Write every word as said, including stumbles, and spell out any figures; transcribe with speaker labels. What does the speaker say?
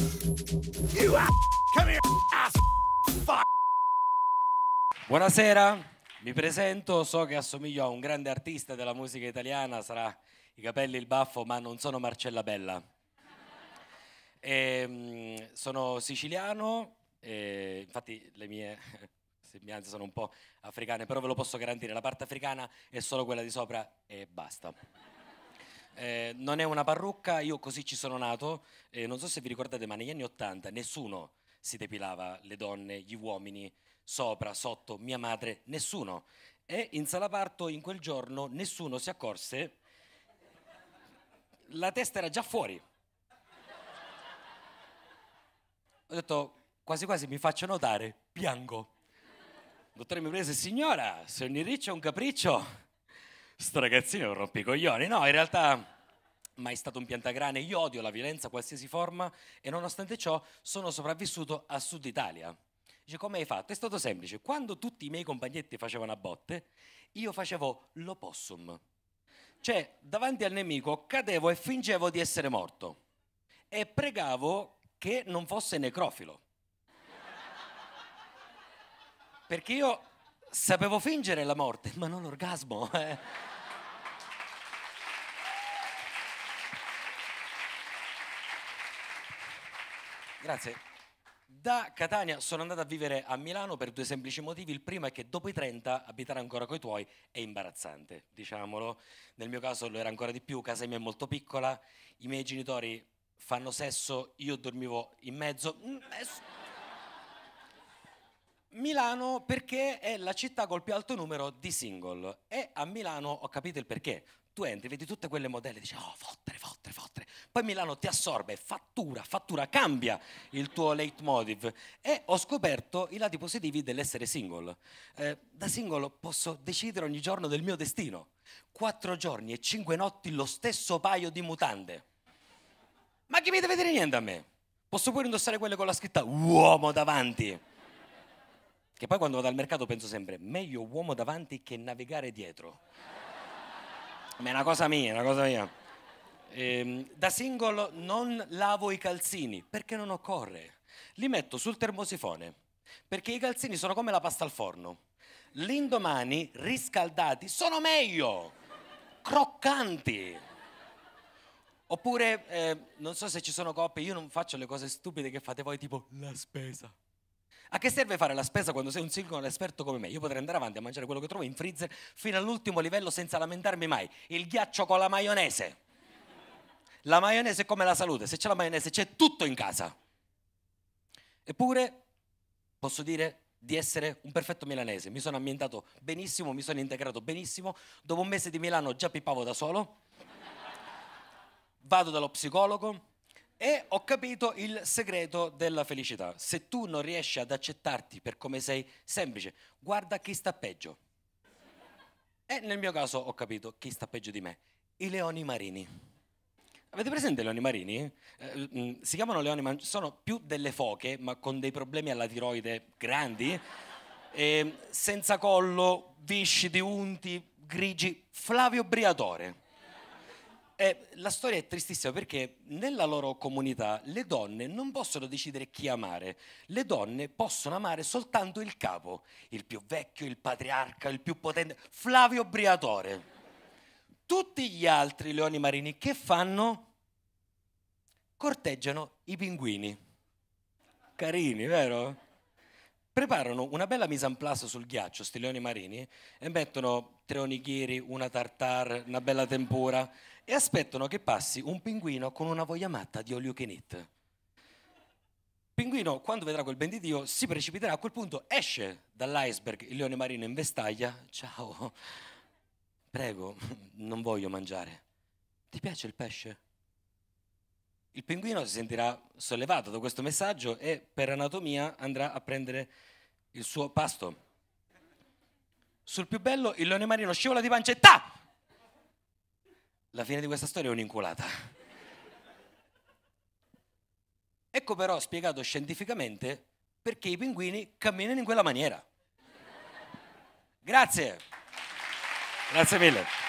Speaker 1: You come here, ass fuck.
Speaker 2: Buonasera, mi presento, so che assomiglio a un grande artista della musica italiana, sarà i capelli e il baffo, ma non sono Marcella Bella. E, sono siciliano, e, infatti le mie sembianze sono un po' africane, però ve lo posso garantire, la parte africana è solo quella di sopra e basta. Eh, non è una parrucca, io così ci sono nato, eh, non so se vi ricordate, ma negli anni ottanta nessuno si depilava, le donne, gli uomini, sopra, sotto, mia madre, nessuno. E in sala parto in quel giorno nessuno si accorse, la testa era già fuori. Ho detto, quasi quasi mi faccio notare, piango. Il dottore mi prese, signora, se ogni riccio è un capriccio, sto ragazzino è un rompicoglioni. No, in realtà mai stato un piantagrane, io odio la violenza, qualsiasi forma, e nonostante ciò sono sopravvissuto a Sud Italia. Dice, come hai fatto? È stato semplice, quando tutti i miei compagnetti facevano a botte, io facevo l'opossum. Cioè, davanti al nemico cadevo e fingevo di essere morto e pregavo che non fosse necrofilo. Perché io sapevo fingere la morte, ma non l'orgasmo. Eh. Grazie. Da Catania sono andato a vivere a Milano per due semplici motivi. Il primo è che dopo i trenta abitare ancora coi tuoi è imbarazzante, diciamolo. Nel mio caso lo era ancora di più, casa mia è molto piccola, i miei genitori fanno sesso, io dormivo in mezzo. Milano perché è la città col più alto numero di single e a Milano ho capito il perché. Tu entri, vedi tutte quelle modelle e dici oh fottere, fottere, fottere. Poi Milano ti assorbe, fattura, fattura, cambia il tuo leitmotiv e ho scoperto i lati positivi dell'essere single. Eh, da single posso decidere ogni giorno del mio destino. Quattro giorni e cinque notti lo stesso paio di mutande. Ma chi mi deve dire niente a me? Posso pure indossare quelle con la scritta uomo davanti. Che poi quando vado al mercato penso sempre, meglio uomo davanti che navigare dietro. Ma è una cosa mia, è una cosa mia. Ehm, da single non lavo i calzini, perché non occorre. Li metto sul termosifone, perché i calzini sono come la pasta al forno. L'indomani, riscaldati, sono meglio, croccanti. Oppure, eh, non so se ci sono coppie, io non faccio le cose stupide che fate voi, tipo la spesa. A che serve fare la spesa quando sei un single esperto come me? Io potrei andare avanti a mangiare quello che trovo in freezer fino all'ultimo livello senza lamentarmi mai. Il ghiaccio con la maionese. La maionese è come la salute, se c'è la maionese c'è tutto in casa. Eppure posso dire di essere un perfetto milanese. Mi sono ambientato benissimo, mi sono integrato benissimo. Dopo un mese di Milano già pippavo da solo. Vado dallo psicologo. E ho capito il segreto della felicità. Se tu non riesci ad accettarti per come sei, semplice, guarda chi sta peggio. E nel mio caso ho capito chi sta peggio di me. I leoni marini. Avete presente i leoni marini? Eh, si chiamano leoni marini, sono più delle foche, ma con dei problemi alla tiroide grandi, eh, senza collo, viscidi, unti, grigi, Flavio Briatore. Eh, la storia è tristissima perché nella loro comunità le donne non possono decidere chi amare, le donne possono amare soltanto il capo, il più vecchio, il patriarca, il più potente, Flavio Briatore. Tutti gli altri leoni marini che fanno? Corteggiano i pinguini. Carini, vero? Preparano una bella mise en place sul ghiaccio, sti leoni marini, e mettono tre onichiri, una tartare, una bella tempura e aspettano che passi un pinguino con una voglia matta di all you can eat. Pinguino, quando vedrà quel ben di Dio, si precipiterà, a quel punto esce dall'iceberg il leone marino in vestaglia. Ciao, prego, non voglio mangiare. Ti piace il pesce? Il pinguino si sentirà sollevato da questo messaggio e per anatomia andrà a prendere il suo pasto. Sul più bello il leone marino scivola di pancetta. La fine di questa storia è un'inculata. Ecco però spiegato scientificamente perché i pinguini camminano in quella maniera. Grazie. Grazie mille.